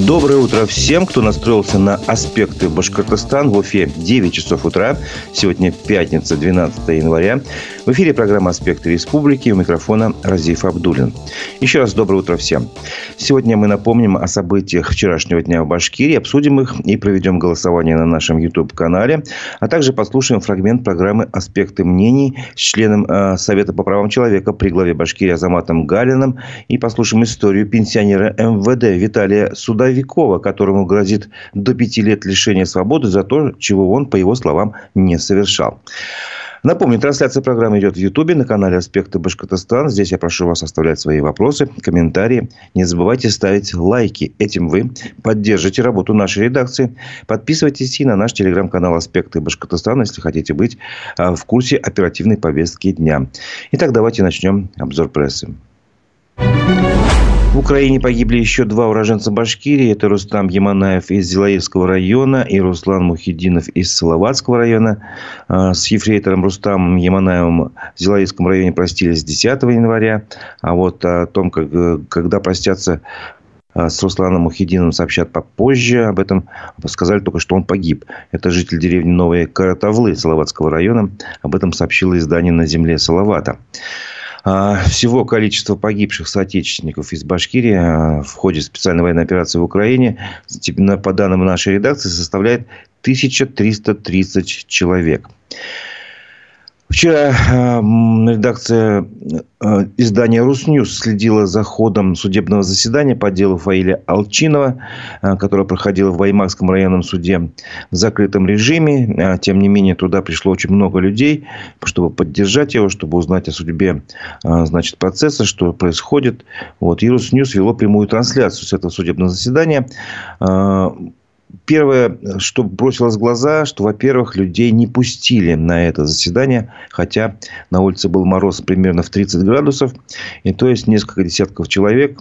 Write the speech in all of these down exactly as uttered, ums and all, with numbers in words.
Доброе утро всем, кто настроился на «Аспекты Башкортостан». В Уфе девять часов утра. Сегодня пятница, двенадцатое января. В эфире программа «Аспекты Республики». У микрофона Разиф Абдуллин. Еще раз доброе утро всем. Сегодня мы напомним о событиях вчерашнего дня в Башкирии, обсудим их и проведем голосование на нашем YouTube-канале. А также послушаем фрагмент программы «Аспекты мнений» с членом э, Совета по правам человека при главе Башкирии Азаматом Галиным. И послушаем историю пенсионера эм вэ дэ Виталия Судовикова, которому грозит до пяти лет лишения свободы за то, чего он, по его словам, не совершал. Напомню, трансляция программы идет в Ютубе на канале «Аспекты Башкортостан». Здесь я прошу вас оставлять свои вопросы, комментарии. Не забывайте ставить лайки. Этим вы поддержите работу нашей редакции. Подписывайтесь и на наш телеграм-канал «Аспекты Башкортостана», если хотите быть в курсе оперативной повестки дня. Итак, давайте начнем обзор прессы. В Украине погибли еще два уроженца Башкирии. Это Рустам Яманаев из Зилаевского района и Руслан Мухиддинов из Салаватского района. С ефрейтором Рустамом Яманаевым в Зилаевском районе простились десятого января. А вот о том, как, когда простятся с Русланом Мухиддиновым, сообщат попозже. Об этом сказали только, что он погиб. Это житель деревни Новые Каратавлы Салаватского района. Об этом сообщило издание «На земле Салавата». Всего количество погибших соотечественников из Башкирии в ходе специальной военной операции в Украине, по данным нашей редакции, составляет тысяча триста тридцать человек. Вчера редакция издания «Русньюз» следила за ходом судебного заседания по делу Фаиля Алчинова, которое проходило в Баймакском районном суде в закрытом режиме. Тем не менее, туда пришло очень много людей, чтобы поддержать его, чтобы узнать о судьбе, значит, процесса, что происходит. Вот. И «Русньюз» вело прямую трансляцию с этого судебного заседания. Первое, что бросилось в глаза, что, во-первых, людей не пустили на это заседание, хотя на улице был мороз примерно в тридцать градусов. И то есть несколько десятков человек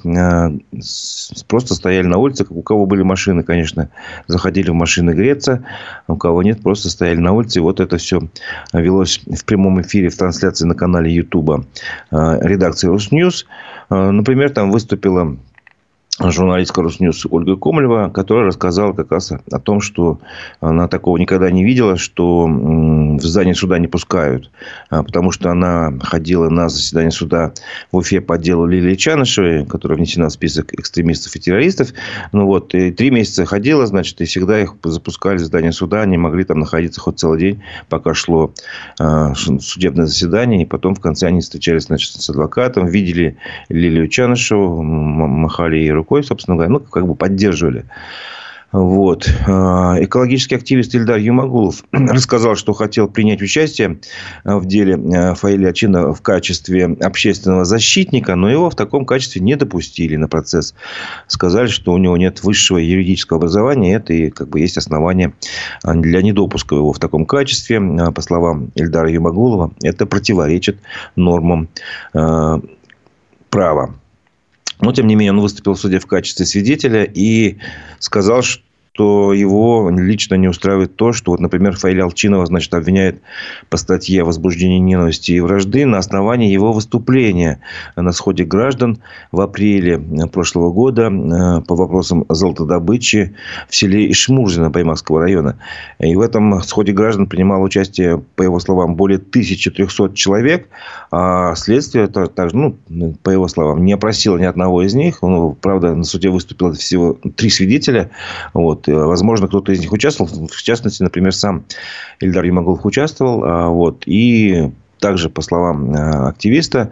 просто стояли на улице. У кого были машины, конечно, заходили в машины греться. У кого нет, просто стояли на улице. И вот это все велось в прямом эфире в трансляции на канале Ютуба редакции «Русньюз». Например, там выступила журналистка «Русньюз» Ольга Комлева, которая рассказала как раз о том, что она такого никогда не видела, что в здание суда не пускают. Потому что она ходила на заседание суда в Уфе по делу Лилии Чанышевой, которая внесена в список экстремистов и террористов. Ну вот, и три месяца ходила, значит, и всегда их запускали в здание суда. Они могли там находиться хоть целый день, пока шло судебное заседание. И потом в конце они встречались, значит, с адвокатом, видели Лилию Чанышеву, махали ей рукой, собственно говоря, ну, как бы поддерживали. Вот. Экологический активист Ильдар Юмагулов рассказал, что хотел принять участие в деле Фаиля Алчинова в качестве общественного защитника, но его в таком качестве не допустили на процесс. Сказали, что у него нет высшего юридического образования. Это и как бы есть основания для недопуска его в таком качестве. По словам Ильдара Юмагулова, это противоречит нормам э, права. Но, тем не менее, он выступил в суде в качестве свидетеля и сказал, что его лично не устраивает то, что, вот, например, Фаиля Алчинова, значит, обвиняет по статье о возбуждении ненависти и вражды на основании его выступления на сходе граждан в апреле прошлого года по вопросам золотодобычи в селе Ишмурзино Баймакского района. И в этом сходе граждан принимало участие, по его словам, более тысячи трехсот человек. А следствие, также, ну, по его словам, не опросило ни одного из них. Ну, правда, на суде выступило всего три свидетеля. Вот. Возможно, кто-то из них участвовал. В частности, например, сам Ильдар Юмагулов участвовал. Вот. И также, по словам активиста,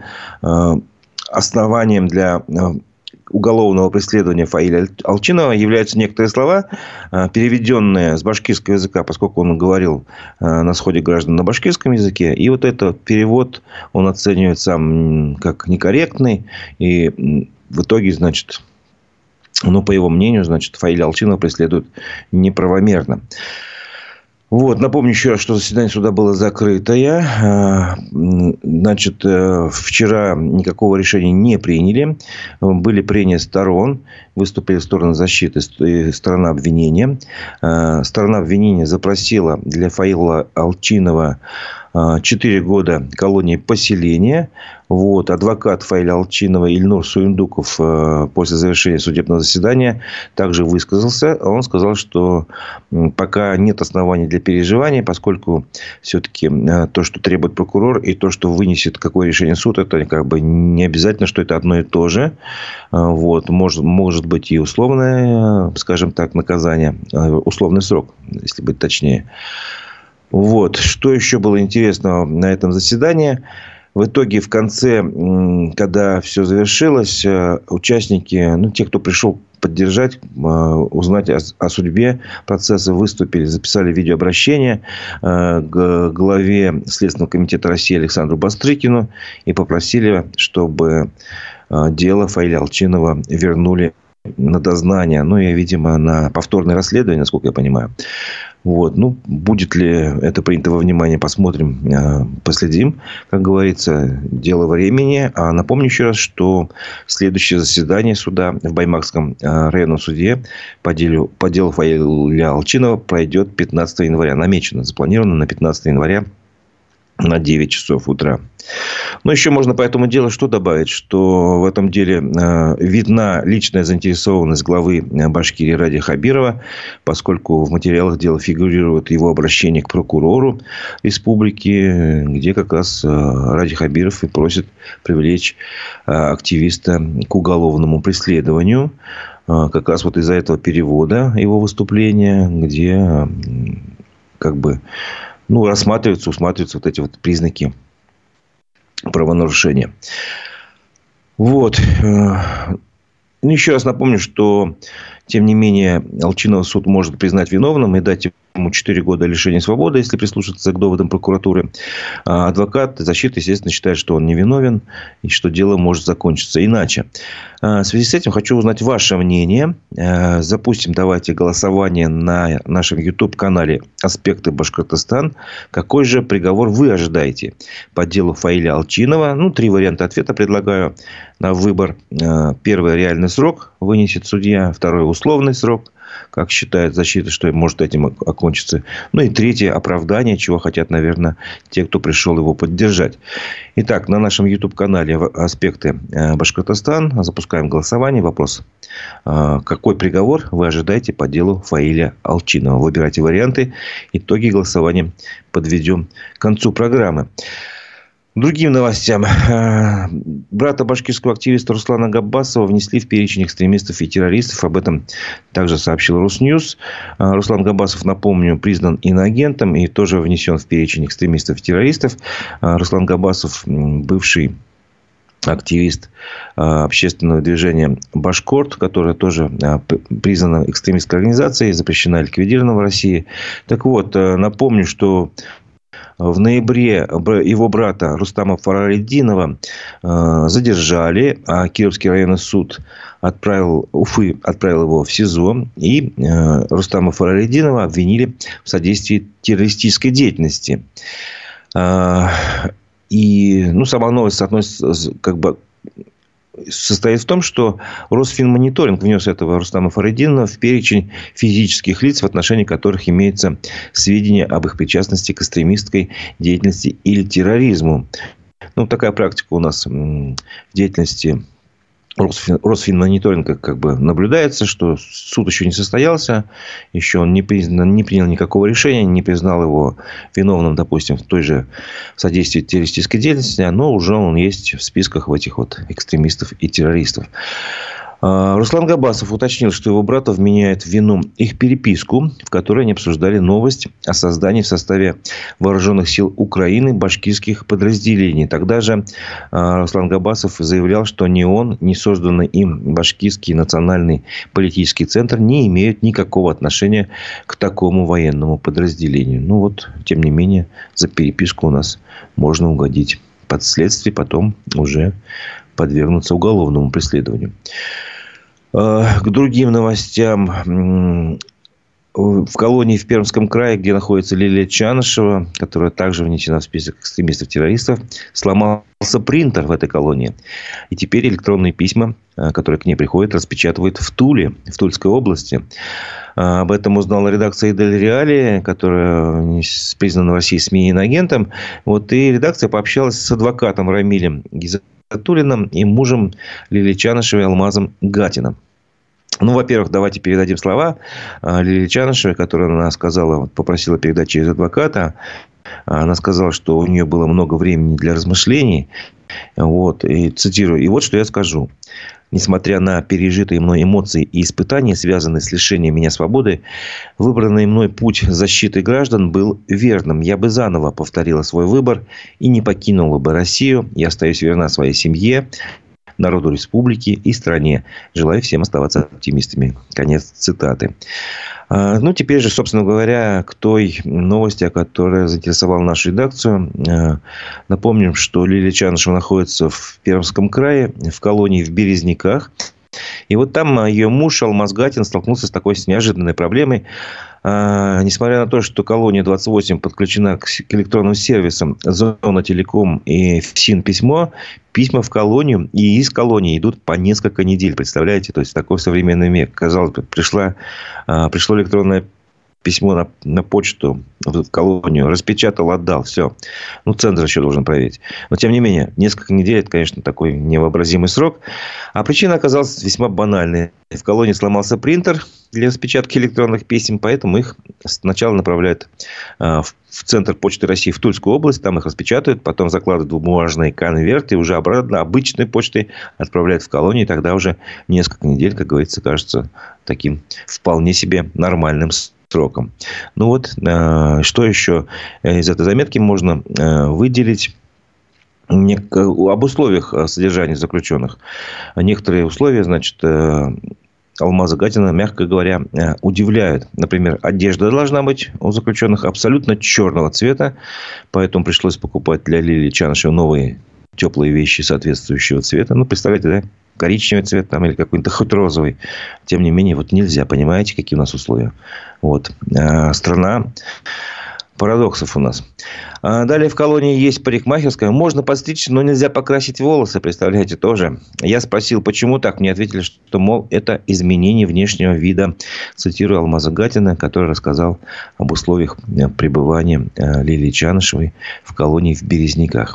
основанием для уголовного преследования Фаиля Алчинова являются некоторые слова, переведенные с башкирского языка, поскольку он говорил на сходе граждан на башкирском языке. И вот этот перевод он оценивает сам как некорректный. И в итоге, значит, ну, по его мнению, значит, Фаиля Алчинова преследуют неправомерно. Вот, напомню еще раз, что заседание суда было закрытое. Значит, вчера никакого решения не приняли. Были прения сторон. Выступили стороны защиты и сторона обвинения. Сторона обвинения запросила для Фаиля Алчинова четыре года колонии поселения. Вот. Адвокат Фаиля Алчинова Ильнур Суюндуков после завершения судебного заседания также высказался. Он сказал, что пока нет оснований для переживания, поскольку все-таки то, что требует прокурор, и то, что вынесет какое решение суд, это как бы не обязательно, что это одно и то же. Вот. Может, может быть и условное, скажем так, наказание, условный срок, если быть точнее. Вот. Что еще было интересного на этом заседании? В итоге, в конце, когда все завершилось, участники, ну, те, кто пришел поддержать, узнать о, о судьбе процесса, выступили, записали видеообращение к главе Следственного комитета России Александру Бастрыкину и попросили, чтобы дело Фаиля Алчинова вернули на дознание, ну и, видимо, на повторное расследование, насколько я понимаю. Вот. Ну, будет ли это принято во внимание, посмотрим, последим. Как говорится, дело времени. А напомню еще раз, что следующее заседание суда в Баймакском районном суде по делу, по делу Фаиля Алчинова пройдет пятнадцатого января. Намечено, запланировано на пятнадцатое января на девять часов утра. Но еще можно по этому делу что добавить? Что в этом деле э, видна личная заинтересованность главы Башкирии Ради Хабирова, поскольку в материалах дела фигурирует его обращение к прокурору республики, где как раз э, Ради Хабиров и просит привлечь э, активиста к уголовному преследованию. Э, как раз вот из-за этого перевода его выступления, где э, как бы ну, рассматриваются, усматриваются вот эти вот признаки правонарушения. Вот. Еще раз напомню, что, тем не менее, Алчинова суд может признать виновным и дать ему четыре года лишения свободы, если прислушаться к доводам прокуратуры. А адвокат защиты, естественно, считает, что он невиновен и что дело может закончиться иначе. В связи с этим хочу узнать ваше мнение. Запустим давайте голосование на нашем YouTube-канале «Аспекты Башкортостан». Какой же приговор вы ожидаете по делу Фаиля Алчинова? Ну, три варианта ответа предлагаю на выбор. Первый — реальный срок вынесет судья. Второй — условный срок, как считает защита, что может этим окончиться. Ну и третье — оправдание, чего хотят, наверное, те, кто пришел его поддержать. Итак, на нашем YouTube-канале «Аспекты Башкортостан» запускаем голосование. Вопрос: какой приговор вы ожидаете по делу Фаиля Алчинова? Выбирайте варианты. Итоги голосования подведем к концу программы. Другим новостям. Брата башкирского активиста Руслана Габбасова внесли в перечень экстремистов и террористов. Об этом также сообщил Русньюз. Руслан Габбасов, напомню, признан иноагентом и тоже внесен в перечень экстремистов и террористов. Руслан Габбасов — бывший активист общественного движения «Башкорт», которое тоже признано экстремистской организацией, запрещена и ликвидирована в России. Так вот, напомню, что в ноябре его брата Рустама Фаралетдинова задержали, а Кировский районный суд отправил, Уфы отправил его в СИЗО. И Рустама Фаралетдинова обвинили в содействии террористической деятельности. И ну, сама новость относится, как бы, состоит в том, что Росфинмониторинг внес этого Рустама Фаралетдинова в перечень физических лиц, в отношении которых имеются сведения об их причастности к экстремистской деятельности или терроризму. Ну, такая практика у нас в деятельности Росфинмониторинга как бы наблюдается, что суд еще не состоялся, еще он не, признан, не принял никакого решения, не признал его виновным, допустим, в той же содействии террористической деятельности, но уже он есть в списках в этих вот экстремистов и террористов. Руслан Габбасов уточнил, что его брата вменяет в вину их переписку, в которой они обсуждали новость о создании в составе вооруженных сил Украины башкирских подразделений. Тогда же Руслан Габбасов заявлял, что ни он, ни созданный им башкирский национальный политический центр не имеют никакого отношения к такому военному подразделению. Ну вот, тем не менее, за переписку у нас можно угодить под следствие, потом уже подвергнуться уголовному преследованию. К другим новостям. в колонии в Пермском крае, где находится Лилия Чанышева, которая также внесена в список экстремистов-террористов, сломался принтер в этой колонии. И теперь электронные письма, которые к ней приходят, распечатывают в Туле, в Тульской области. Об этом узнала редакция «Дель Реали», которая признана в России СМИ иноагентом. Вот, и редакция пообщалась с адвокатом Рамилем Гизатуллиным и мужем Лилии Чанышевой Алмазом Гатиным. Ну, во-первых, давайте передадим слова Лилии Чанышевой, которая она сказала, попросила передать через адвоката. Она сказала, что у нее было много времени для размышлений. Вот, и цитирую. И вот что я скажу. Несмотря на пережитые мной эмоции и испытания, связанные с лишением меня свободы, выбранный мной путь защиты граждан был верным. Я бы заново повторила свой выбор и не покинула бы Россию. Я остаюсь верна своей семье, народу республики и стране. Желаю всем оставаться оптимистами. Конец цитаты. Ну, теперь же, собственно говоря, к той новости, которая заинтересовала нашу редакцию. Напомним, что Лилия Чанышева находится в Пермском крае, в колонии в Березниках. И вот там ее муж Алмаз Гатин столкнулся с такой с неожиданной проблемой. А, несмотря на то, что колония двадцать восемь подключена к, к электронным сервисам Зона Телеком и ФСИН Письмо, письма в колонию и из колонии идут по несколько недель. Представляете? То есть, такой современный век. Казалось бы, пришла, а, пришло электронное письмо на, на почту, в колонию, распечатал, отдал. Все. Ну, центр еще должен проверить. Но, тем не менее, несколько недель, это, конечно, такой невообразимый срок. А причина оказалась весьма банальной. В колонии сломался принтер для распечатки электронных писем, поэтому их сначала направляют в Центр почты России в Тульскую область, там их распечатают, потом закладывают в бумажные конверты, и уже обратно обычной почтой отправляют в колонию, и тогда уже несколько недель, как говорится, кажется таким вполне себе нормальным сроком. Ну вот, что еще из этой заметки можно выделить? Об условиях содержания заключенных. Некоторые условия, значит, Алмаза Гатина, мягко говоря, удивляют. Например, одежда должна быть у заключенных абсолютно черного цвета. Поэтому пришлось покупать для Лилии Чанышевой новые теплые вещи соответствующего цвета. Ну, представляете, да? Коричневый цвет там, или какой-то хоть розовый. Тем не менее, вот нельзя. Понимаете, какие у нас условия? Вот. Страна парадоксов у нас. А далее в колонии есть парикмахерская. Можно подстричься, но нельзя покрасить волосы. Представляете, тоже. Я спросил, почему так. Мне ответили, что, мол, это изменение внешнего вида. Цитирую Алмаза Гатина, который рассказал об условиях пребывания Лилии Чанышевой в колонии в Березниках.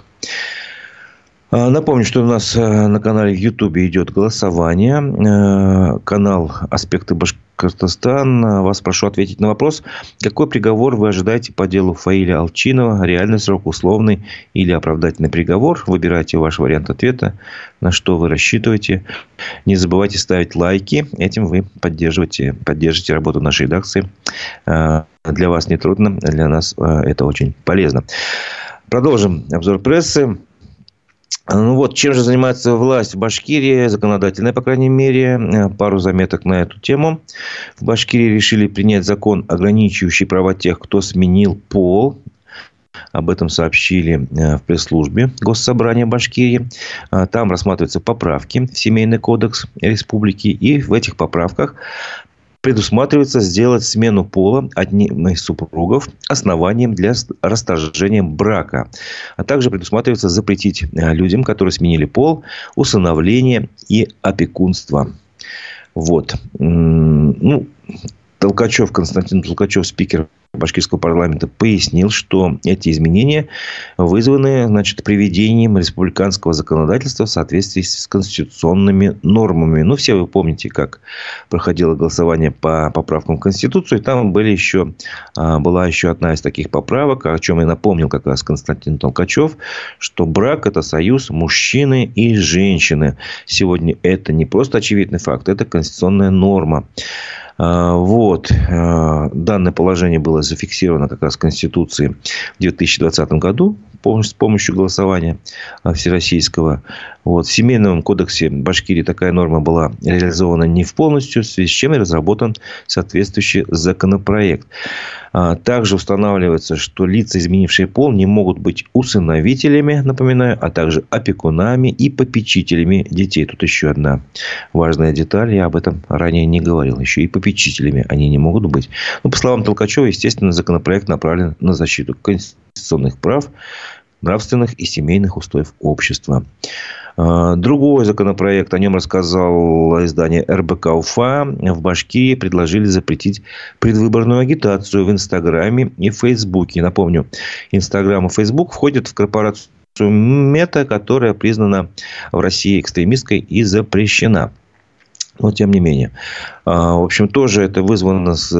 Напомню, что у нас на канале в Ютубе идет голосование. Канал «Аспекты Башкортостана». Вас прошу ответить на вопрос. Какой приговор вы ожидаете по делу Фаиля Алчинова? Реальный срок, условный или оправдательный приговор? Выбирайте ваш вариант ответа. На что вы рассчитываете? Не забывайте ставить лайки. Этим вы поддерживаете, поддержите работу нашей редакции. Для вас не трудно. Для нас это очень полезно. Продолжим обзор прессы. Ну вот, чем же занимается власть в Башкирии, законодательная, по крайней мере. Пару заметок на эту тему. В Башкирии решили принять закон, ограничивающий права тех, кто сменил пол. Об этом сообщили в пресс-службе Госсобрания Башкирии. Там рассматриваются поправки в Семейный кодекс республики. И в этих поправках предусматривается сделать смену пола одним из супругов основанием для расторжения брака. А также предусматривается запретить людям, которые сменили пол, усыновление и опекунство. Вот. Ну, Толкачев, Константин Толкачев, спикер Башкирского парламента, пояснил, что эти изменения вызваны, значит, приведением республиканского законодательства в соответствии с конституционными нормами. Ну, все вы помните, как проходило голосование по поправкам в Конституцию. И там были еще, была еще одна из таких поправок, о чем и напомнил как раз Константин Толкачев, что брак – это союз мужчины и женщины. Сегодня это не просто очевидный факт, это конституционная норма. Вот. Данное положение было зафиксировано как раз в Конституции в две тысячи двадцатом году с помощью голосования всероссийского. Вот. В Семейном кодексе Башкирии такая норма была реализована не в полностью, в связи с чем и разработан соответствующий законопроект. Также устанавливается, что лица, изменившие пол, не могут быть усыновителями, напоминаю, а также опекунами и попечителями детей. Тут еще одна важная деталь, я об этом ранее не говорил. Еще и попечителями. попечителями они не могут быть. Ну, по словам Толкачева, естественно, законопроект направлен на защиту конституционных прав, нравственных и семейных устоев общества. Другой законопроект, о нем рассказал издание эр бэ ка Уфа. В Башкирии предложили запретить предвыборную агитацию в Инстаграме и Фейсбуке. Напомню, Инстаграм и Фейсбук входят в корпорацию Мета, которая признана в России экстремистской и запрещена. Но, тем не менее. В общем, тоже это вызвано, с,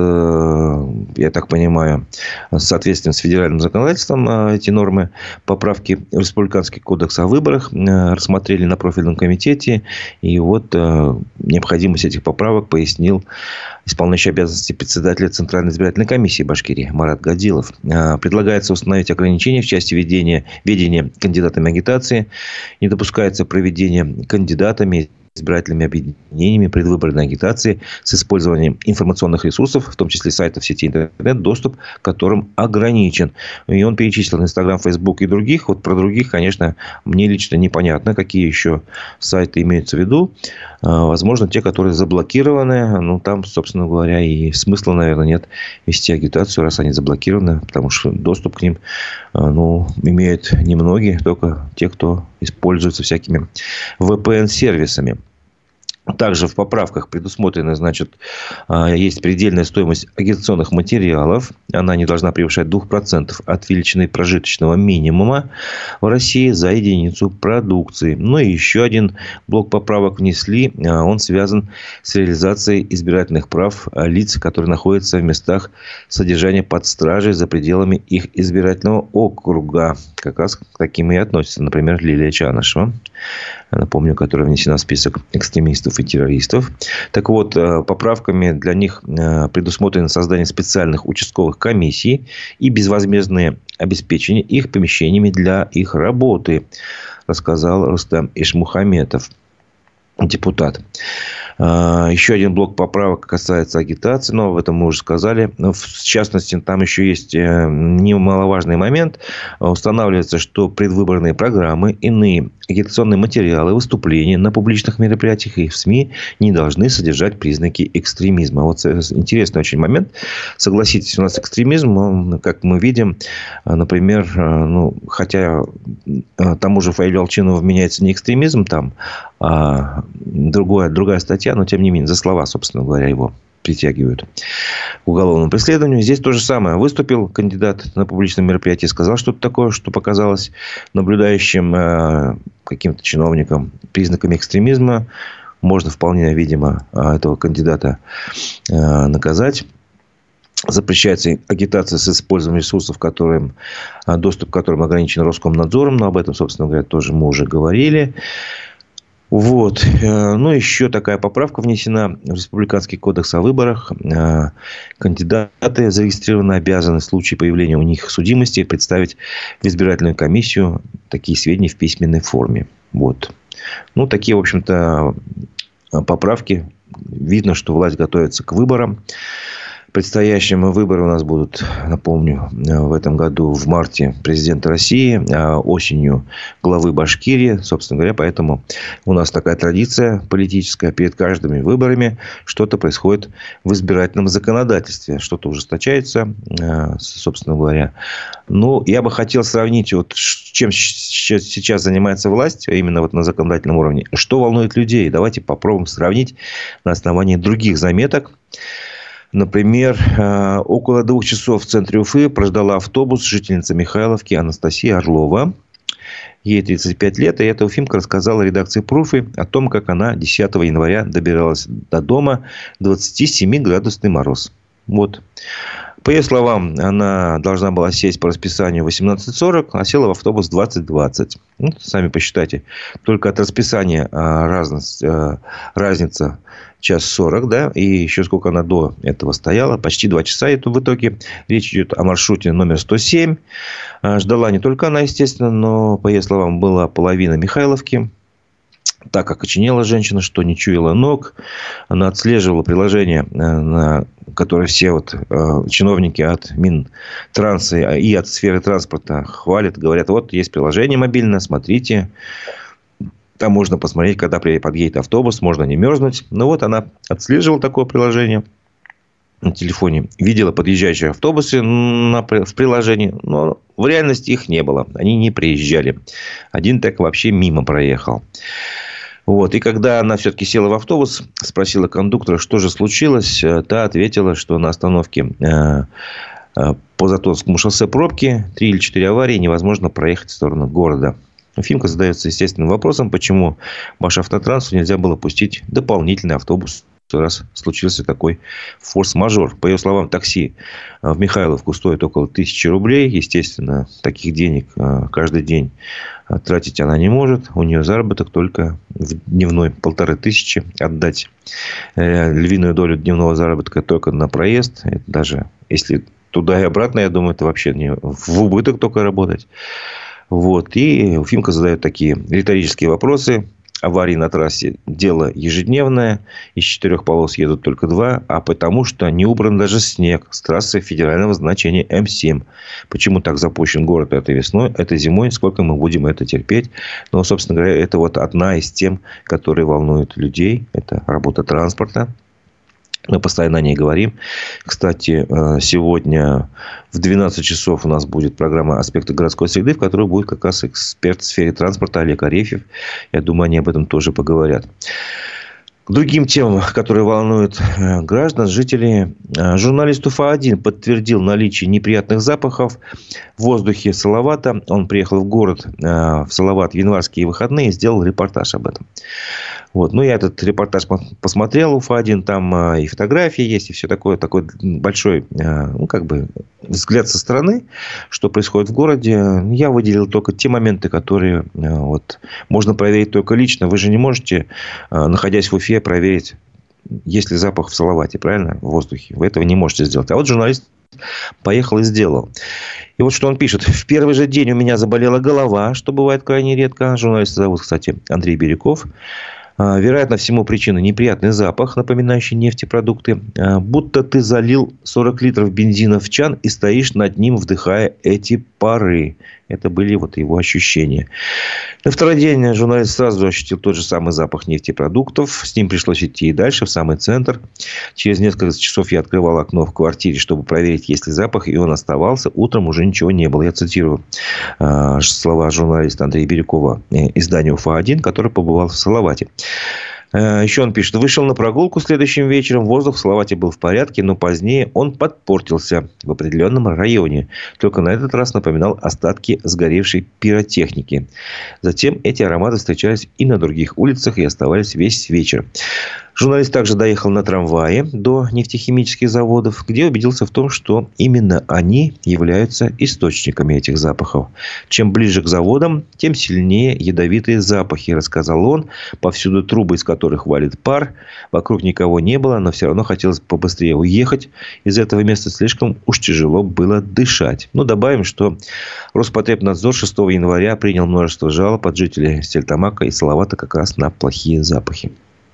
я так понимаю, с соответствием с федеральным законодательством. Эти нормы поправки в Республиканский кодекс о выборах рассмотрели на профильном комитете. И вот необходимость этих поправок пояснил исполняющий обязанности председателя Центральной избирательной комиссии Башкирии Марат Гадилов. Предлагается установить ограничения в части ведения, ведения кандидатами агитации. Не допускается проведение кандидатами избирательными объединениями предвыборной агитации с использованием информационных ресурсов, в том числе сайтов сети интернет, доступ к которым ограничен. И он перечислил Инстаграм, Фейсбук и других. Вот про других, конечно, мне лично непонятно, какие еще сайты имеются в виду. Возможно, те, которые заблокированы. Ну, там, собственно говоря, и смысла, наверное, нет вести агитацию, раз они заблокированы. Потому что доступ к ним, ну, имеют немногие, только те, кто используется всякими вэ пэ эн-сервисами. Также в поправках предусмотрена, значит, есть предельная стоимость агитационных материалов. Она не должна превышать двух процентов от величины прожиточного минимума в России за единицу продукции. Ну и еще один блок поправок внесли. Он связан с реализацией избирательных прав лиц, которые находятся в местах содержания под стражей за пределами их избирательного округа. Как раз к таким и относится, например, Лилия Чанышева. Напомню, которая внесена в список экстремистов и террористов. Так вот, поправками для них предусмотрено создание специальных участковых комиссий и безвозмездное обеспечение их помещениями для их работы, рассказал Рустам Ишмухаметов, депутат. Еще один блок поправок касается агитации, но об этом мы уже сказали. В частности, там еще есть немаловажный момент. Устанавливается, что предвыборные программы, иные агитационные материалы, выступления на публичных мероприятиях и в СМИ не должны содержать признаки экстремизма. Вот интересный очень момент. Согласитесь, у нас экстремизм, он, как мы видим, например, ну, хотя тому же Фаилю Алчинову вменяется не экстремизм там, а другая, другая статья, но тем не менее, за слова, собственно говоря, его притягивают к уголовному преследованию. Здесь то же самое. Выступил кандидат на публичном мероприятии, сказал что-то такое, что показалось наблюдающим э, каким-то чиновникам признаками экстремизма. Можно вполне, видимо, этого кандидата э, наказать. Запрещается агитация с использованием ресурсов, которым, доступ к которым ограничен Роскомнадзором. Но об этом, собственно говоря, тоже мы уже говорили. Вот. Ну, еще такая поправка внесена в Республиканский кодекс о выборах. Кандидаты зарегистрированы обязаны в случае появления у них судимости представить в избирательную комиссию такие сведения в письменной форме. Вот. Ну, такие, в общем-то, поправки. Видно, что власть готовится к выборам. Предстоящие выборы у нас будут, напомню, в этом году в марте президента России, а осенью главы Башкирии. Собственно говоря, поэтому у нас такая традиция политическая. Перед каждыми выборами что-то происходит в избирательном законодательстве. Что-то ужесточается, собственно говоря. Ну, я бы хотел сравнить, вот, чем сейчас занимается власть, именно вот на законодательном уровне. Что волнует людей? Давайте попробуем сравнить на основании других заметок. Например, около двух часов в центре Уфы прождала автобус жительница Михайловки Анастасия Орлова. Ей тридцать пять лет. И эта уфимка рассказала редакции Пруфы о том, как она десятого января добиралась до дома. двадцатисемиградусный мороз. Вот. По ее словам, она должна была сесть по расписанию в восемнадцать сорок, а села в автобус в двадцать двадцать. Ну, сами посчитайте. Только от расписания разность, разница час сорок, да, и еще сколько она до этого стояла, почти два часа. Это в итоге речь идет о маршруте номер сто семь. Ждала не только она, естественно, но, по ее словам, была половина Михайловки. Так как окоченела женщина, что не чуяла ног. Она отслеживала приложение, на которое все вот, э, чиновники от Минтранса и от сферы транспорта хвалят. Говорят, вот есть приложение мобильное, смотрите. Там можно посмотреть, когда подъедет автобус, можно не мерзнуть. Ну вот она отслеживала такое приложение. на телефоне видела подъезжающие автобусы на, в приложении, но в реальности их не было. Они не приезжали. Один так вообще мимо проехал. Вот. И когда она все-таки села в автобус, спросила кондуктора, что же случилось, та ответила, что на остановке э, э, по Затонскому шоссе пробки, три или четыре аварии, невозможно проехать в сторону города. Фимка задается естественным вопросом, почему Башавтотрансу нельзя было пустить дополнительный автобус, раз случился такой форс-мажор. По ее словам, такси в Михайловку стоит около тысячи рублей. Естественно, таких денег каждый день тратить она не может. У нее заработок только в дневной полторы тысячи. Отдать львиную долю дневного заработка только на проезд. Это даже если туда и обратно, я думаю, это вообще не в убыток только работать. Вот. И Фимка задает такие риторические вопросы. Аварии на трассе – дело ежедневное. Из четырех полос едут только два. А потому что не убран даже снег с трассы федерального значения эм семь. Почему так запущен город этой весной, этой зимой? Сколько мы будем это терпеть? Но, собственно говоря, это вот одна из тем, которые волнуют людей. Это работа транспорта. Мы постоянно о ней говорим. Кстати, сегодня в двенадцать часов у нас будет программа «Аспекты городской среды», в которой будет как раз эксперт в сфере транспорта Олег Арефьев. Я думаю, они об этом тоже поговорят. К другим темам, которые волнуют граждан, жителей, журналист Уфа один подтвердил наличие неприятных запахов в воздухе Салавата. Он приехал в город в Салават в январские выходные и сделал репортаж об этом. Вот. Ну, я этот репортаж посмотрел, Уфа один, там и фотографии есть, и все такое, такой большой, ну, как бы, взгляд со стороны, что происходит в городе. Я выделил только те моменты, которые вот, можно проверить только лично. Вы же не можете, находясь в Уфе, проверить, есть ли запах в Салавате, правильно, в воздухе. Вы этого не можете сделать. А вот журналист поехал и сделал. И вот что он пишет. В первый же день у меня заболела голова, что бывает крайне редко. Журналиста зовут, кстати, Андрей Бирюков. Вероятно, всему причина неприятный запах, напоминающий нефтепродукты. Будто ты залил сорок литров бензина в чан и стоишь над ним, вдыхая эти пары. Это были вот его ощущения. На второй день журналист сразу ощутил тот же самый запах нефтепродуктов. С ним пришлось идти и дальше, в самый центр. Через несколько часов я открывал окно в квартире, чтобы проверить, есть ли запах. И он оставался. Утром уже ничего не было. Я цитирую э, слова журналиста Андрея Бирюкова, э, издания Уфа один, который побывал в Салавате. Еще он пишет. Вышел на прогулку следующим вечером. Воздух в Салавате был в порядке, но позднее он подпортился в определенном районе. Только на этот раз напоминал остатки сгоревшей пиротехники. Затем эти ароматы встречались и на других улицах и оставались весь вечер. Журналист также доехал на трамвае до нефтехимических заводов, где убедился в том, что именно они являются источниками этих запахов. Чем ближе к заводам, тем сильнее ядовитые запахи, рассказал он. Повсюду трубы, из которых валит пар. Вокруг никого не было, но все равно хотелось побыстрее уехать из этого места. Слишком уж тяжело было дышать. Но добавим, что Роспотребнадзор шестого января принял множество жалоб от жителей Стерлитамака и Салавата как раз на плохие запахи.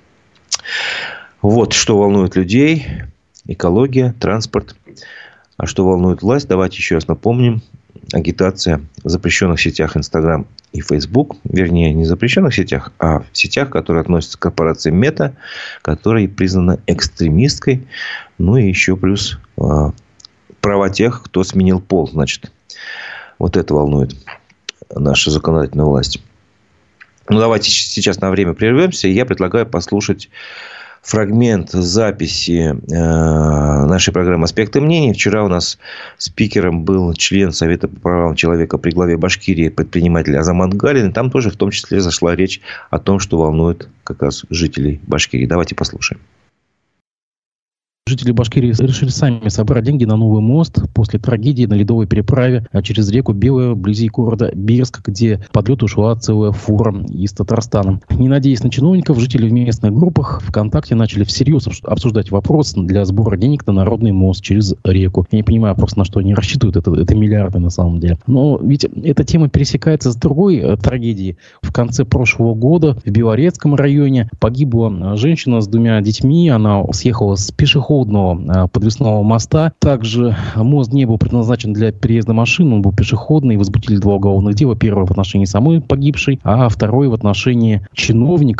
Вот что волнует людей. Экология, транспорт. А что волнует власть, давайте еще раз напомним. Агитация в запрещенных сетях Инстаграм и Фейсбук. Вернее, не в запрещенных сетях, а в сетях, которые относятся к корпорации Мета, которая признана экстремистской. Ну и еще плюс э, права тех, кто сменил пол. Значит, вот это волнует нашу законодательную власть. Ну, давайте сейчас на время прервемся. Я предлагаю послушать фрагмент записи э, нашей программы «Аспекты мнений». Вчера у нас спикером был член Совета по правам человека при главе Башкирии, предприниматель Азамат Галин. И там тоже в том числе зашла речь о том, что волнует как раз жителей Башкирии. Давайте послушаем. Жители Башкирии решили сами собрать деньги на новый мост после трагедии на ледовой переправе через реку Белая вблизи города Бирск, где под лед ушла целая фура из Татарстана. Не надеясь на чиновников, жители в местных группах ВКонтакте начали всерьез обсуждать вопрос для сбора денег на народный мост через реку. Я не понимаю просто, на что они рассчитывают. Это, это миллиарды на самом деле. Но ведь эта тема пересекается с другой э, трагедией. В конце прошлого года в Белорецком районе погибла женщина с двумя детьми. Она съехала с пешеходного подвесного моста. Также мост не был предназначен для переезда машин, он был пешеходный. Возбудили два уголовных дела. Первое в отношении самой погибшей, а второе в отношении чиновников,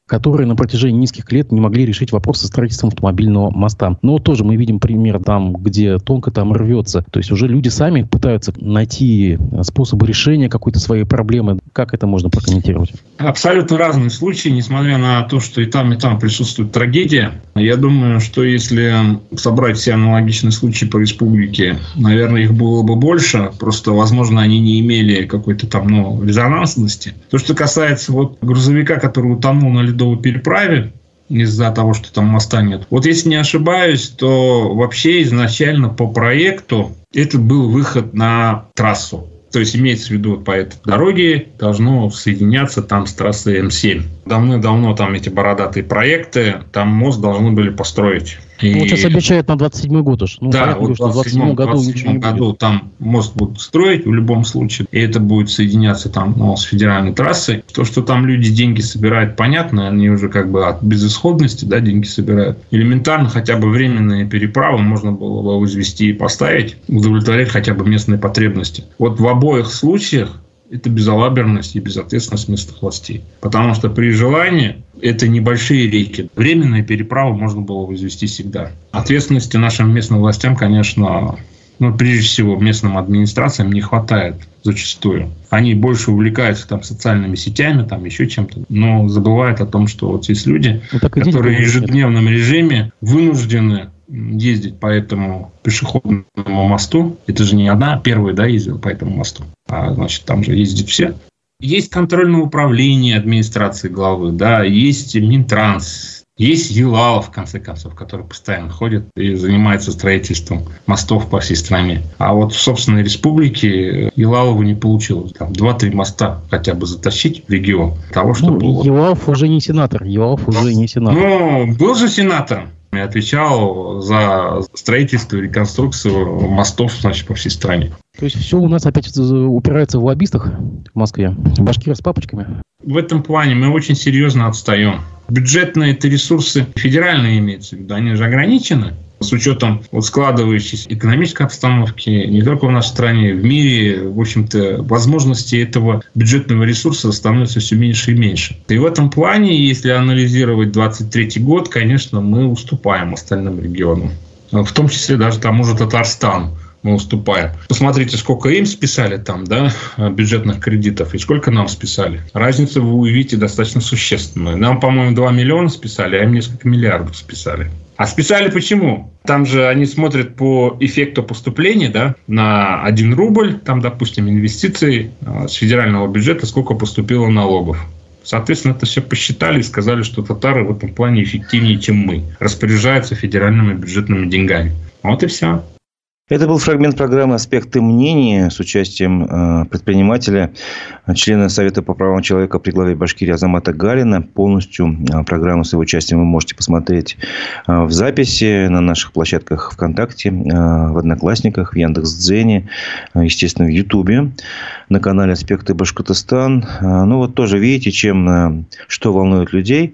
которые на протяжении нескольких лет не могли решить вопрос со строительством автомобильного моста. Но тоже мы видим пример там, где тонко там рвется. То есть уже люди сами пытаются найти способы решения какой-то своей проблемы. Как это можно прокомментировать? Абсолютно разные случаи, несмотря на то, что и там, и там присутствует трагедия. Я думаю, что если собрать все аналогичные случаи по республике, наверное, их было бы больше. Просто, возможно, они не имели какой-то там ну, резонансности. То, что касается вот грузовика, который утонул на ледовой переправе, из-за того, что там моста нет. Вот если не ошибаюсь, то вообще изначально по проекту это был выход на трассу. То есть имеется в виду вот по этой дороге должно соединяться там с трассой эм семь. Давно-давно там эти бородатые проекты, там мост должны были построить. И... Вот сейчас обещают на двадцать седьмой год уж. Ну, да, вот в двадцать седьмом году, году там мост будут строить в любом случае. И это будет соединяться там ну, с федеральной трассой. То, что там люди деньги собирают, понятно. Они уже как бы от безысходности да, деньги собирают. Элементарно хотя бы временные переправы можно было бы возвести и поставить, удовлетворять хотя бы местные потребности. Вот в обоих случаях это безалаберность и безответственность местных властей. Потому что при желании это небольшие реки. Временные переправы можно было возвести всегда. Ответственности нашим местным властям, конечно, ну, прежде всего местным администрациям не хватает зачастую. Они больше увлекаются там социальными сетями, там еще чем-то, но забывают о том, что вот есть люди, ну, которые в ежедневном режиме вынуждены ездить по этому пешеходному мосту. Это же не одна первая, да, ездила по этому мосту. А, значит, там же ездят все. Есть контрольное управление администрации главы, да, есть Минтранс, есть ЕЛАЛ, в конце концов, который постоянно ходит и занимается строительством мостов по всей стране. А вот в собственной республике ЕЛАЛову не получилось. Там два-три моста хотя бы затащить в регион. Того, чтобы ну, было... ЕЛАЛов уже не сенатор. ЕЛАЛов уже не сенатор. Ну, был же сенатором. Я отвечал за строительство и реконструкцию мостов, значит, по всей стране. То есть все у нас опять упирается в лоббистах в Москве? Башкиры с папочками? В этом плане мы очень серьезно отстаем. Бюджетные это ресурсы федеральные имеются в виду, они же ограничены. С учетом вот складывающейся экономической обстановки не только в нашей стране, в мире, в общем-то, возможности этого бюджетного ресурса становятся все меньше и меньше. И в этом плане, если анализировать двадцать третий год, конечно, мы уступаем остальным регионам. В том числе даже тому же Татарстану мы уступаем. Посмотрите, сколько им списали там, да, бюджетных кредитов, и сколько нам списали. Разницу вы увидите достаточно существенную. Нам, по-моему, два миллиона списали, а им несколько миллиардов списали. А списали почему? Там же они смотрят по эффекту поступления, да, на один рубль, там, допустим, инвестиций с федерального бюджета, сколько поступило налогов. Соответственно, это все посчитали и сказали, что татары в этом плане эффективнее, чем мы, распоряжаются федеральными бюджетными деньгами. Вот и все. Это был фрагмент программы «Аспекты мнений» с участием э, предпринимателя, члена Совета по правам человека при главе Башкирии Азамата Галина. Полностью э, программу с его участием вы можете посмотреть э, в записи на наших площадках ВКонтакте, э, в Одноклассниках, в Яндекс.Дзене, э, естественно, в Ютубе, на канале «Аспекты Башкортостан». Э, ну, вот тоже видите, чем, э, что волнует людей.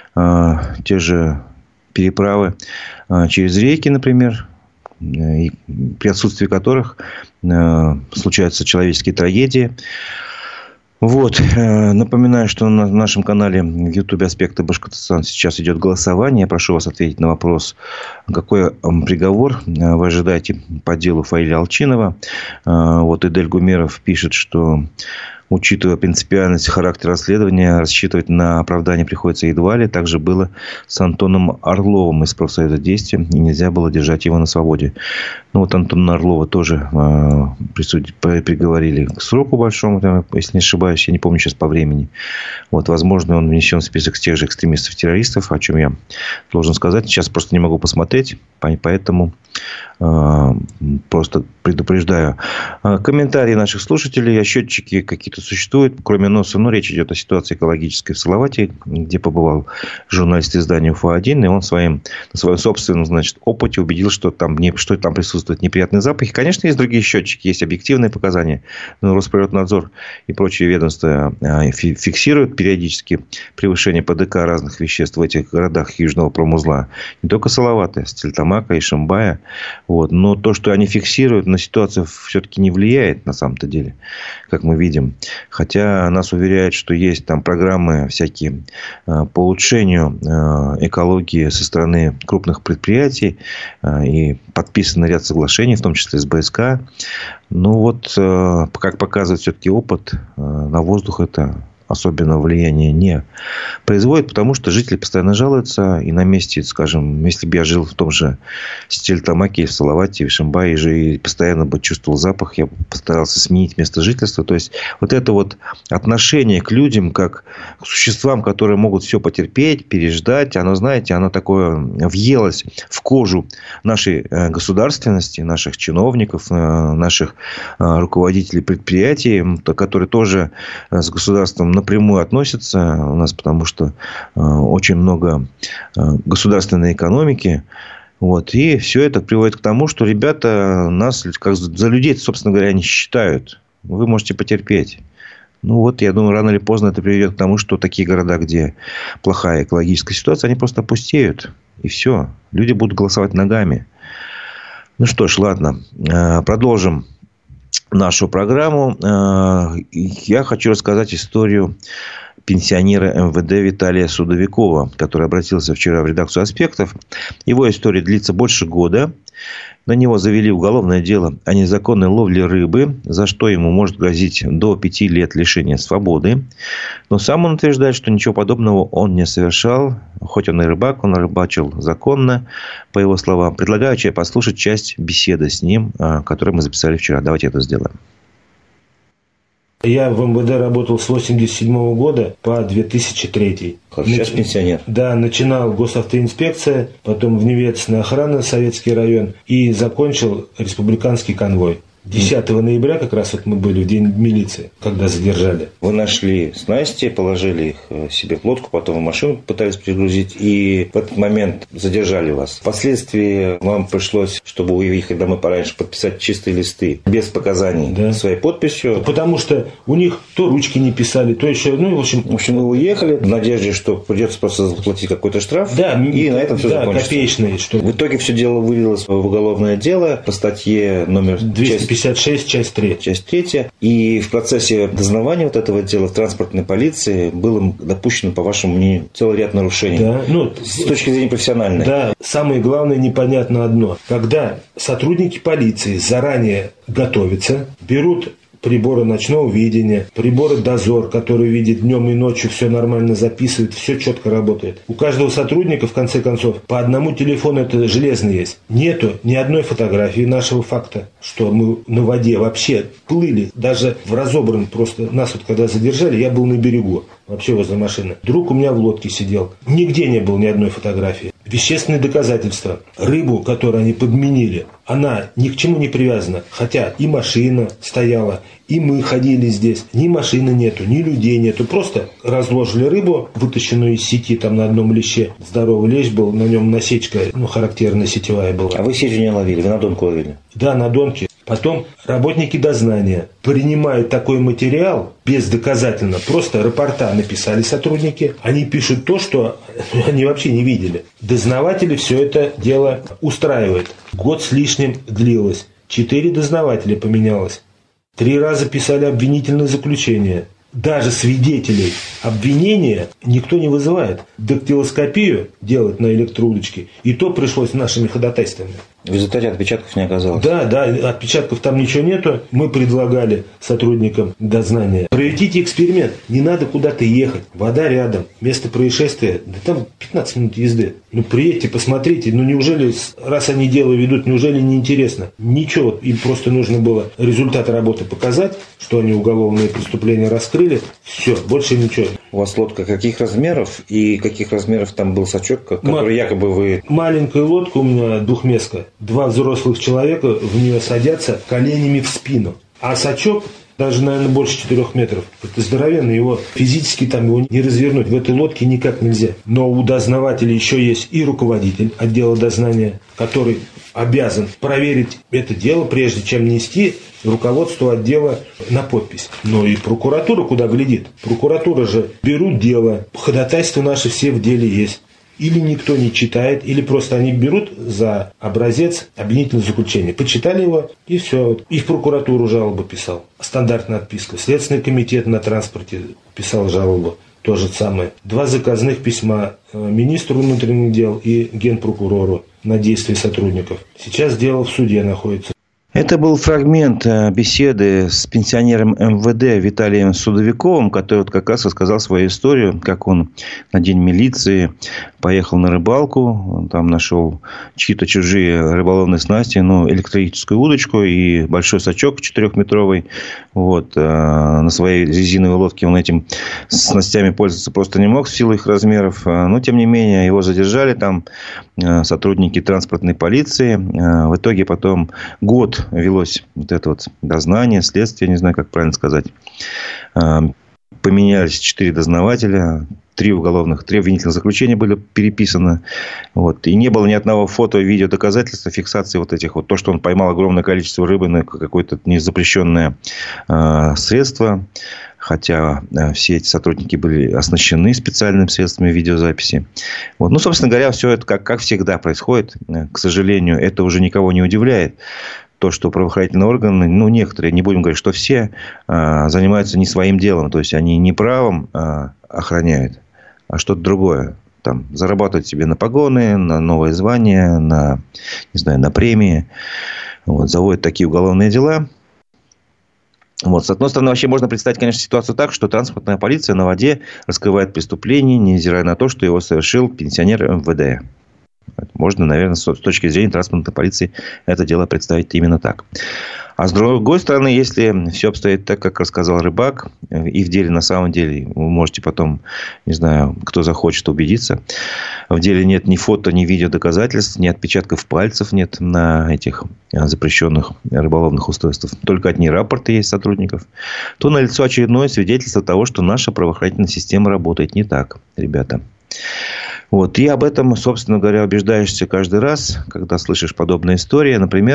Э, те же переправы э, через реки, например, и при отсутствии которых э, случаются человеческие трагедии. Вот. Э, напоминаю, что на нашем канале в Ютубе «Аспекты Башкортостана» сейчас идет голосование. Я прошу вас ответить на вопрос, какой э, приговор э, вы ожидаете по делу Фаиля Алчинова. Э, вот Эдель Гумеров пишет, что, учитывая принципиальность характера расследования, рассчитывать на оправдание приходится едва ли. Также было с Антоном Орловым из профсоюза «Действия», и нельзя было держать его на свободе. Ну, вот Антона Орлова тоже э, присуд... приговорили к сроку большому, там, если не ошибаюсь, я не помню сейчас по времени. Вот, возможно, он внесен в список тех же экстремистов-террористов, о чем я должен сказать. Сейчас просто не могу посмотреть, поэтому э, просто предупреждаю. Комментарии наших слушателей, счетчики какие-то существуют, кроме носа, но речь идет о ситуации экологической в Салавате, где побывал журналист издания УФА один, и он своим, на своем собственном, значит, опыте убедил, что там, не, что там присутствуют неприятные запахи. Конечно, есть другие счетчики, есть объективные показания, но Росприроднадзор и прочие ведомства фиксируют периодически превышение ПДК разных веществ в этих городах Южного промузла. Не только Салавата, Стерлитамака, Ишимбая. Вот. Но то, что они фиксируют, на ситуацию все-таки не влияет на самом-то деле, как мы видим. Хотя нас уверяют, что есть там программы всякие по улучшению экологии со стороны крупных предприятий. И подписан ряд соглашений, в том числе с БСК. Но вот, как показывает все-таки опыт, на воздух это особенного влияния не производит, потому что жители постоянно жалуются. И на месте, скажем, если бы я жил в том же Стерлитамаке, в Салавате, в Ишимбае, и постоянно бы чувствовал запах, я постарался сменить место жительства. То есть, вот это вот отношение к людям, как к существам, которые могут все потерпеть, переждать, оно, знаете, оно такое въелось в кожу нашей государственности, наших чиновников, наших руководителей предприятий, которые тоже с государством напрямую относятся у нас, потому что э, очень много э, государственной экономики. Вот, и все это приводит к тому, что ребята нас как за людей, собственно говоря, не считают. Вы можете потерпеть. Ну, вот, я думаю, рано или поздно это приведет к тому, что такие города, где плохая экологическая ситуация, они просто опустеют. И все. Люди будут голосовать ногами. Ну что ж, ладно. Э, продолжим нашу программу. Я хочу рассказать историю пенсионера эм вэ дэ Виталия Судовикова, который обратился вчера в редакцию «Аспектов». Его история длится больше года. На него завели уголовное дело о незаконной ловле рыбы, за что ему может грозить до пяти лет лишения свободы. Но сам он утверждает, что ничего подобного он не совершал. Хоть он и рыбак, он рыбачил законно, по его словам. Предлагаю послушать часть беседы с ним, которую мы записали вчера. Давайте это сделаем. Я в эм вэ дэ работал с восемьдесят седьмого года по две тысячи третий. Сейчас Нач... пенсионер. Да, начинал госавтоинспекция, потом вневедомственная охрана, Советский район, и закончил республиканский конвой. десятого ноября как раз вот мы были в день милиции, когда задержали. Вы нашли снасти, положили их себе в лодку, потом в машину пытались перегрузить, и в этот момент задержали вас. Впоследствии вам пришлось, чтобы уехать домой пораньше, подписать чистые листы без показаний, да, своей подписью. Потому что у них то ручки не писали, то еще, ну, в общем... В общем, вы уехали в надежде, что придется просто заплатить какой-то штраф, да, и на этом все да, закончится. Копеечный, что... В итоге все дело вылилось в уголовное дело по статье номер двести пятьдесят шесть, часть третья. Часть третья. И в процессе дознавания вот этого дела в транспортной полиции было допущено, по вашему мнению, целый ряд нарушений. Да. Ну, с точки зрения профессиональной. Да. Самое главное, непонятно одно. Когда сотрудники полиции заранее готовятся, берут приборы ночного видения, приборы дозор, которые видят днем и ночью, все нормально записывают, все четко работает. У каждого сотрудника, в конце концов, по одному телефону это железный есть. Нету ни одной фотографии нашего факта, что мы на воде вообще плыли, даже в разобран просто. Нас вот когда задержали, я был на берегу, вообще возле машины. Друг у меня в лодке сидел. Нигде не было ни одной фотографии. Вещественные доказательства. Рыбу, которую они подменили, она ни к чему не привязана. Хотя и машина стояла, и мы ходили здесь. Ни машины нету, ни людей нету. Просто разложили рыбу, вытащенную из сети там на одном леще. Здоровый лещ был, на нем насечка, ну, характерная сетевая была. А вы сетью не ловили, вы на донку ловили? Да, на донке. Потом работники дознания принимают такой материал бездоказательно. Просто рапорта написали сотрудники. Они пишут то, что они вообще не видели. Дознаватели все это дело устраивают. Год с лишним длилось. Четыре дознавателя поменялось. Три раза писали обвинительное заключение. Даже свидетелей обвинения никто не вызывает. Дактилоскопию делать на электроудочке, и то пришлось нашими ходатайствами. В результате отпечатков не оказалось? Да, да, отпечатков там ничего нету. Мы предлагали сотрудникам дознания: проведите эксперимент, не надо куда-то ехать, вода рядом, место происшествия, да там пятнадцать минут езды. Ну, приедьте, посмотрите, ну неужели, раз они дело ведут, неужели не интересно? Ничего, им просто нужно было результат работы показать, что они уголовные преступления раскрыли, все, больше ничего. У вас лодка каких размеров и каких размеров там был сачок, который Ма- якобы вы... Маленькая лодка у меня двухместка. Два взрослых человека в нее садятся коленями в спину. А сачок даже, наверное, больше четырех метров. Это здоровенный, его физически там его не развернуть. В этой лодке никак нельзя. Но у дознавателя еще есть и руководитель отдела дознания, который обязан проверить это дело, прежде чем нести руководству отдела на подпись. Но и прокуратура куда глядит. Прокуратура же берут дело. Ходатайства наши все в деле есть. или никто не читает, или просто они берут за образец обвинительного заключения. Почитали его, и все. И в прокуратуру жалобу писал. Стандартная отписка. Следственный комитет на транспорте писал жалобу. То же самое. Два заказных письма министру внутренних дел и генпрокурору на действия сотрудников. Сейчас дело в суде находится. Это был фрагмент беседы с пенсионером эм вэ дэ Виталием Судовиковым, который вот как раз рассказал свою историю, как он на день милиции поехал на рыбалку, он там нашел чьи-то чужие рыболовные снасти, ну, электрическую удочку и большой сачок четырехметровый. Вот, на своей резиновой лодке он этим снастями пользоваться просто не мог в силу их размеров. Но, тем не менее, его задержали там сотрудники транспортной полиции. В итоге потом год велось вот это вот дознание, следствие, не знаю, как правильно сказать. Поменялись четыре дознавателя, три уголовных, три обвинительных заключения были переписаны. Вот. И не было ни одного фото, видео доказательства фиксации вот этих вот. То, что он поймал огромное количество рыбы на какое-то незапрещенное э, средство. Хотя э, все эти сотрудники были оснащены специальными средствами видеозаписи. Вот. Ну, собственно говоря, все это как, как всегда происходит. К сожалению, это уже никого не удивляет. То, что правоохранительные органы, ну, некоторые, не будем говорить, что все, э, занимаются не своим делом. То есть, они не правом э, охраняют, а что-то другое. Там, зарабатывать себе на погоны, на новые звания, на, не знаю, на премии. Вот, заводят такие уголовные дела. Вот. С одной стороны, вообще можно представить, конечно, ситуацию так, что транспортная полиция на воде раскрывает преступление, невзирая на то, что его совершил пенсионер эм вэ дэ. Можно, наверное, с точки зрения транспортной полиции это дело представить именно так. А с другой стороны, если все обстоит так, как рассказал Рыбак, и в деле на самом деле, вы можете потом, не знаю, кто захочет убедиться, в деле нет ни фото, ни видео доказательств, ни отпечатков пальцев нет на этих запрещенных рыболовных устройствах, только одни рапорты есть сотрудников, то налицо очередное свидетельство того, что наша правоохранительная система работает не так, ребята. Вот. И об этом, собственно говоря, убеждаешься каждый раз, когда слышишь подобные истории. Например,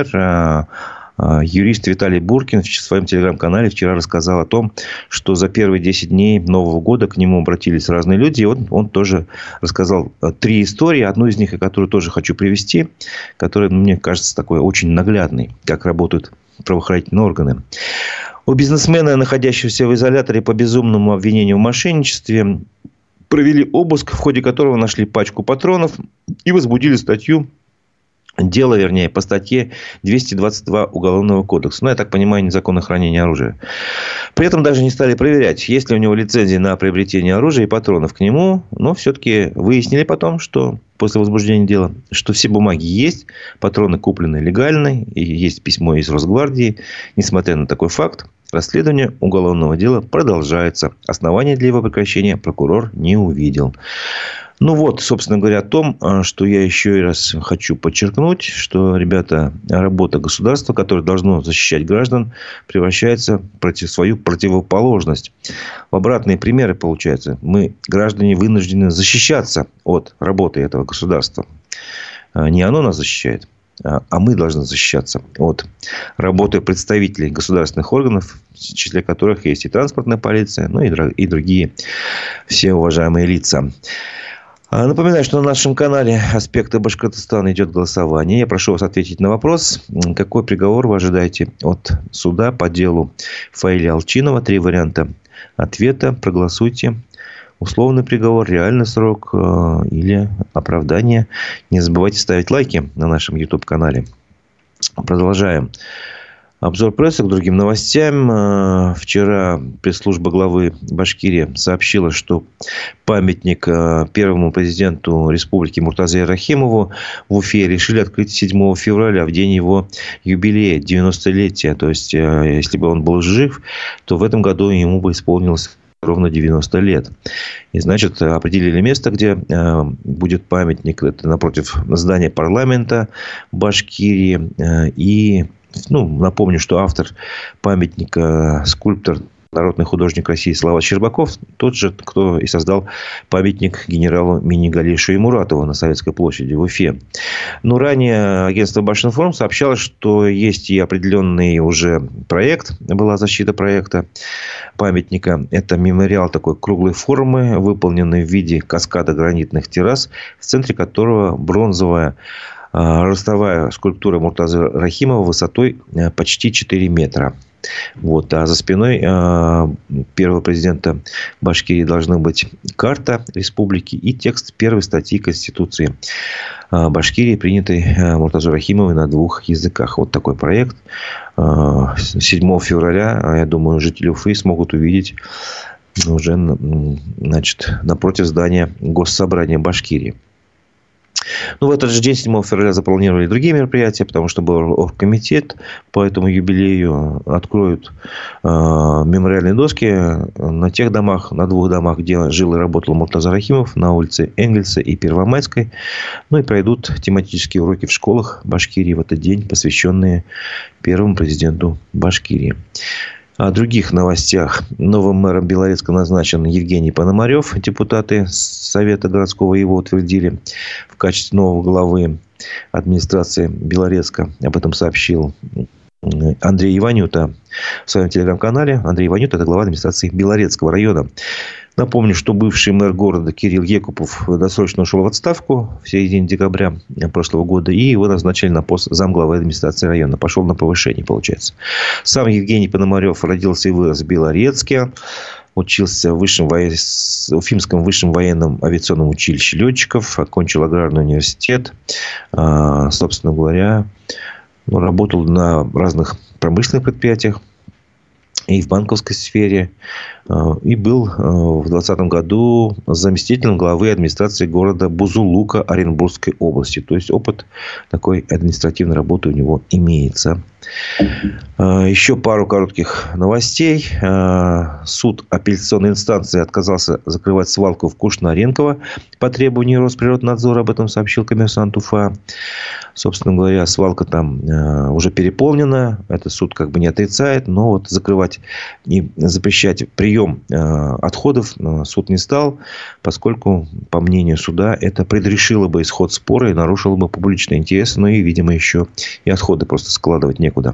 юрист Виталий Буркин в своем телеграм-канале вчера рассказал о том, что за первые десять дней Нового года к нему обратились разные люди. И он, он тоже рассказал три истории. Одну из них, которую тоже хочу привести, которая, мне кажется, такой очень наглядной, как работают правоохранительные органы. У бизнесмена, находящегося в изоляторе по безумному обвинению в мошенничестве, провели обыск, в ходе которого нашли пачку патронов и возбудили статью, дело, вернее, по статье двести двадцать два Уголовного кодекса. Ну, я так понимаю, незаконное хранение оружия. При этом даже не стали проверять, есть ли у него лицензия на приобретение оружия и патронов к нему. Но все-таки выяснили потом, что после возбуждения дела, что все бумаги есть, патроны куплены легально, и есть письмо из Росгвардии. Несмотря на такой факт, расследование уголовного дела продолжается. Основания для его прекращения прокурор не увидел. Ну вот, собственно говоря, о том, что я еще раз хочу подчеркнуть, что, ребята, работа государства, которое должно защищать граждан, превращается в свою противоположность. В обратные примеры получается. Мы, граждане, вынуждены защищаться от работы этого государства. Не оно нас защищает, а мы должны защищаться от работы представителей государственных органов, в числе которых есть и транспортная полиция, ну и другие все уважаемые лица. Напоминаю, что на нашем канале «Аспекты Башкортостана» идет голосование. Я прошу вас ответить на вопрос, какой приговор вы ожидаете от суда по делу Фаиля Алчинова. Три варианта ответа. Проголосуйте. Условный приговор, реальный срок или оправдание. Не забывайте ставить лайки на нашем YouTube-канале. Продолжаем. Обзор прессы к другим новостям. Вчера пресс-служба главы Башкирии сообщила, что памятник первому президенту республики Муртазе Рахимову в Уфе решили открыть седьмого февраля, в день его юбилея, девяностолетия. То есть, если бы он был жив, то в этом году ему бы исполнилось ровно девяносто лет. И, значит, определили место, где э, будет памятник. Это напротив здания парламента Башкирии. Э, и, ну, напомню, что автор памятника, скульптор народный художник России Слава Щербаков, тот же, кто и создал памятник генералу Минигалишу Имуратову на Советской площади в Уфе. Но ранее агентство Башинформ сообщало, что есть и определенный уже проект, была защита проекта памятника. Это мемориал такой круглой формы, выполненный в виде каскада гранитных террас, в центре которого бронзовая ростовая скульптура Муртазы Рахимова высотой почти четыре метра. Вот. А за спиной э, первого президента Башкирии должна быть карта республики и текст первой статьи Конституции э, Башкирии, принятой э, Муртазой Рахимовой на двух языках. Вот такой проект. Э, седьмого февраля, я думаю, жители Уфы смогут увидеть уже, значит, напротив здания Госсобрания Башкирии. Ну, в этот же день, седьмого февраля, запланировали другие мероприятия, потому что был оргкомитет по этому юбилею. Откроют э, мемориальные доски на тех домах, на двух домах, где жил и работал Муртаза Рахимов, на улице Энгельса и Первомайской. Ну, и пройдут тематические уроки в школах Башкирии в этот день, посвященные первому президенту Башкирии. О других новостях. Новым мэром Белорецка назначен Евгений Пономарев. Депутаты Совета городского его утвердили в качестве нового главы администрации Белорецка. Об этом сообщил Андрей Иванюта в своем телеграм-канале. Андрей Иванюта – это глава администрации Белорецкого района. Напомню, что бывший мэр города Кирилл Екупов досрочно ушел в отставку в середине декабря прошлого года. И его назначили на пост замглавы администрации района. Пошел на повышение, получается. Сам Евгений Пономарев родился и вырос в Белорецке. Учился в высшем во... Уфимском высшем военном авиационном училище летчиков. Окончил аграрный университет. А, собственно говоря, работал на разных промышленных предприятиях и в банковской сфере. И был в двадцатом году заместителем главы администрации города Бузулука Оренбургской области. То есть, опыт такой административной работы у него имеется. Еще пару коротких новостей. Суд апелляционной инстанции отказался закрывать свалку в Кушнаренково по требованию Росприроднадзора. Об этом сообщил «Коммерсант Уфа». Собственно говоря, свалка там уже переполнена. Это суд как бы не отрицает. Но вот закрывать и запрещать прием отходов суд не стал, поскольку, по мнению суда, это предрешило бы исход спора и нарушило бы публичный интерес. Ну и, видимо, еще и отходы просто складывать некуда.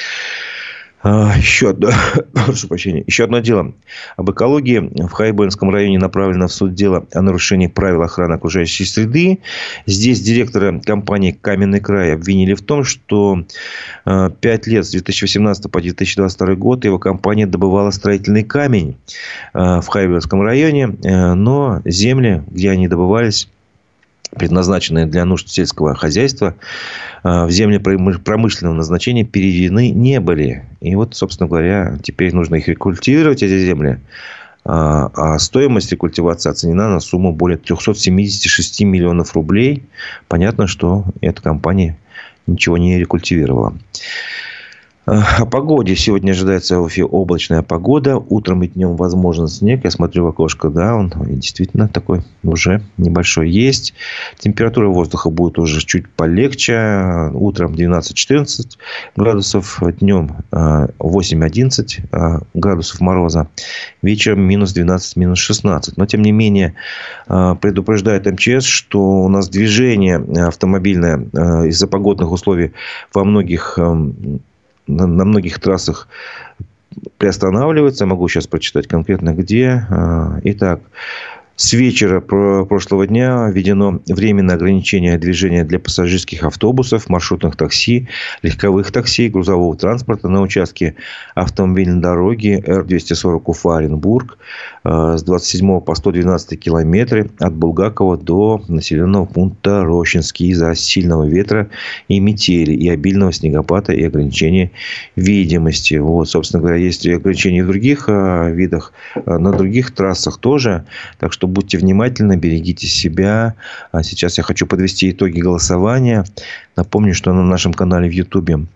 Еще одно, прошу прощения, еще одно дело об экологии. В Хайбольском районе направлено в суд дело о нарушении правил охраны окружающей среды. Здесь директора компании «Каменный край» обвинили в том, что пять лет с две тысячи восемнадцатого по две тысячи двадцать второй год его компания добывала строительный камень в Хайбольском районе. Но земли, где они добывались, предназначенные для нужд сельского хозяйства, в земли промышленного назначения переведены не были. И вот, собственно говоря, теперь нужно их рекультивировать, эти земли. А стоимость рекультивации оценена на сумму более триста семьдесят шесть миллионов рублей. Понятно, что эта компания ничего не рекультивировала. О погоде. Сегодня ожидается в Уфе облачная погода. Утром и днем возможен снег. Я смотрю в окошко. Да, он действительно такой уже небольшой есть. Температура воздуха будет уже чуть полегче. Утром двенадцать-четырнадцать градусов. Днем восемь-одиннадцать градусов мороза. Вечером минус двенадцать, минус шестнадцать. Но, тем не менее, предупреждает эм че эс, что у нас движение автомобильное из-за погодных условий во многих на многих трассах приостанавливается. Могу сейчас прочитать конкретно где. Итак, с вечера прошлого дня введено временное ограничение движения для пассажирских автобусов, маршрутных такси, легковых такси, грузового транспорта на участке автомобильной дороги эр двести сорок Уфа-Оренбург с двадцать седьмого по сто двенадцатый километры от Булгакова до населенного пункта Рощинский из-за сильного ветра и метели, и обильного снегопада, и ограничения видимости. Вот, собственно говоря, есть ограничения в других видах, на других трассах тоже. Так что будьте внимательны, берегите себя. А сейчас я хочу подвести итоги голосования. Напомню, что на нашем канале в Ютубе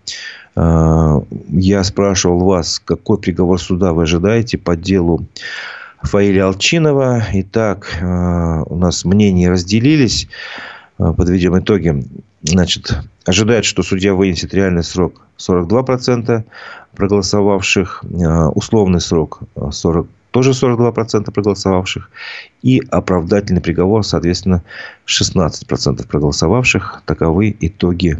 я спрашивал вас, какой приговор суда вы ожидаете по делу Фаиля Алчинова. Итак, у нас мнения разделились. Подведем итоги. Значит, ожидает, что судья вынесет реальный срок сорок два процента проголосовавших. Условный срок сорок, тоже сорок два процента проголосовавших. И оправдательный приговор, соответственно, шестнадцать процентов проголосовавших. Таковы итоги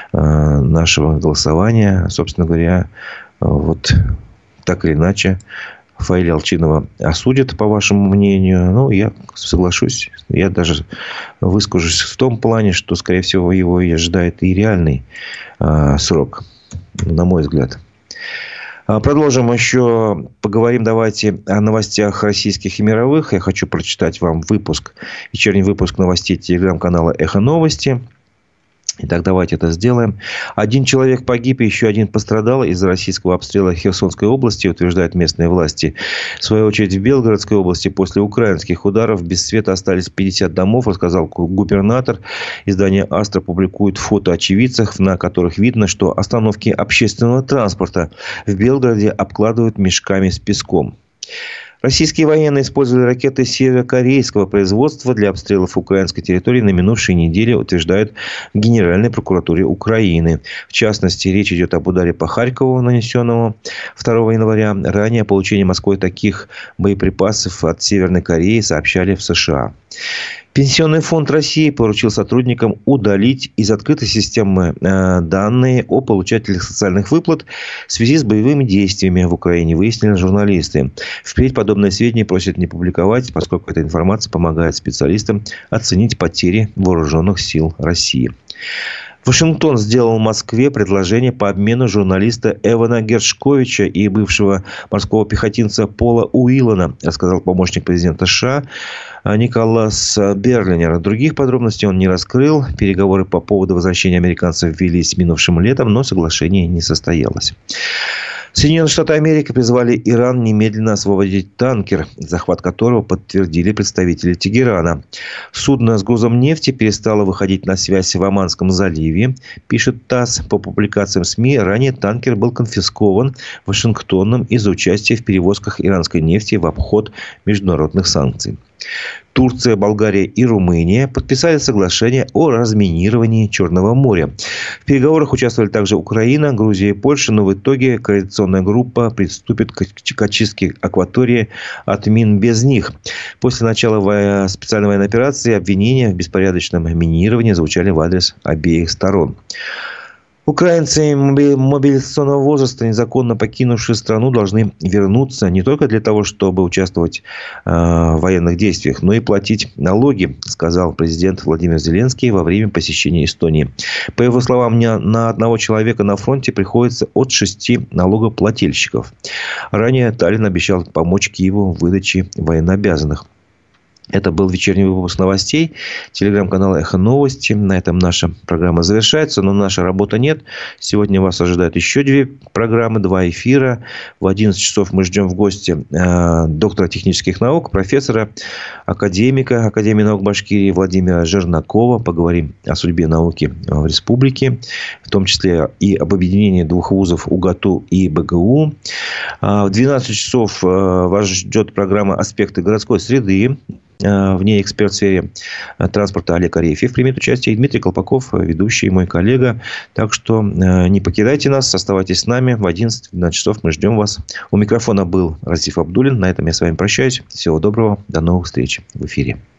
нашего голосования. Собственно говоря, вот так или иначе Фаиля Алчинова осудят, по вашему мнению. Ну, я соглашусь. Я даже выскажусь в том плане, что, скорее всего, его и ожидает и реальный э, срок, на мой взгляд. Продолжим еще. Поговорим давайте о новостях российских и мировых. Я хочу прочитать вам выпуск, вечерний выпуск новостей телеграм-канала «Эхо Новости». Итак, давайте это сделаем. Один человек погиб, и еще один пострадал из-за российского обстрела Херсонской области, утверждают местные власти. В свою очередь, в Белгородской области после украинских ударов без света остались пятьдесят домов, рассказал губернатор. Издание «Астра» публикует фото очевидцев, на которых видно, что остановки общественного транспорта в Белгороде обкладывают мешками с песком. Российские военные использовали ракеты северокорейского производства для обстрелов украинской территории на минувшей неделе, утверждают в Генеральной прокуратуре Украины. В частности, речь идет об ударе по Харькову, нанесенному второго января. Ранее о получении Москвой таких боеприпасов от Северной Кореи сообщали в США. Пенсионный фонд России поручил сотрудникам удалить из открытой системы э, данные о получателях социальных выплат в связи с боевыми действиями в Украине, выяснили журналисты. Впредь подобные сведения просят не публиковать, поскольку эта информация помогает специалистам оценить потери вооруженных сил России. Вашингтон сделал Москве предложение по обмену журналиста Эвана Гершковича и бывшего морского пехотинца Пола Уиллана, рассказал помощник президента США Николас Берлинер. Других подробностей он не раскрыл. Переговоры по поводу возвращения американцев велись минувшим летом, но соглашение не состоялось. Соединенные Штаты Америки призвали Иран немедленно освободить танкер, захват которого подтвердили представители Тегерана. Судно с грузом нефти перестало выходить на связь в Оманском заливе, пишет ТАСС. По публикациям СМИ, ранее танкер был конфискован Вашингтоном из-за участия в перевозках иранской нефти в обход международных санкций. Турция, Болгария и Румыния подписали соглашение о разминировании Черного моря. В переговорах участвовали также Украина, Грузия и Польша, но в итоге коалиционная группа приступит к очистке акватории от мин без них. После начала специальной военной операции обвинения в беспорядочном минировании звучали в адрес обеих сторон. Украинцы мобилизационного возраста, незаконно покинувшие страну, должны вернуться не только для того, чтобы участвовать э, в военных действиях, но и платить налоги, сказал президент Владимир Зеленский во время посещения Эстонии. По его словам, на одного человека на фронте приходится от шести налогоплательщиков. Ранее Таллин обещал помочь Киеву в выдаче военнообязанных. Это был вечерний выпуск новостей телеграм-канала «Эхо Новости». На этом наша программа завершается, но наша работа нет. Сегодня вас ожидают еще две программы, два эфира. В одиннадцать часов мы ждем в гости э, доктора технических наук, профессора, академика Академии наук Башкирии Владимира Жернакова. Поговорим о судьбе науки в республике, в том числе и об объединении двух вузов УГАТУ и БГУ. В двенадцать часов вас ждет программа «Аспекты городской среды». В ней эксперт в сфере транспорта Олег Арефьев примет участие. И Дмитрий Колпаков, ведущий, мой коллега. Так что не покидайте нас, оставайтесь с нами. В одиннадцать-двенадцать часов мы ждем вас. У микрофона был Разиф Абдуллин. На этом я с вами прощаюсь. Всего доброго. До новых встреч в эфире.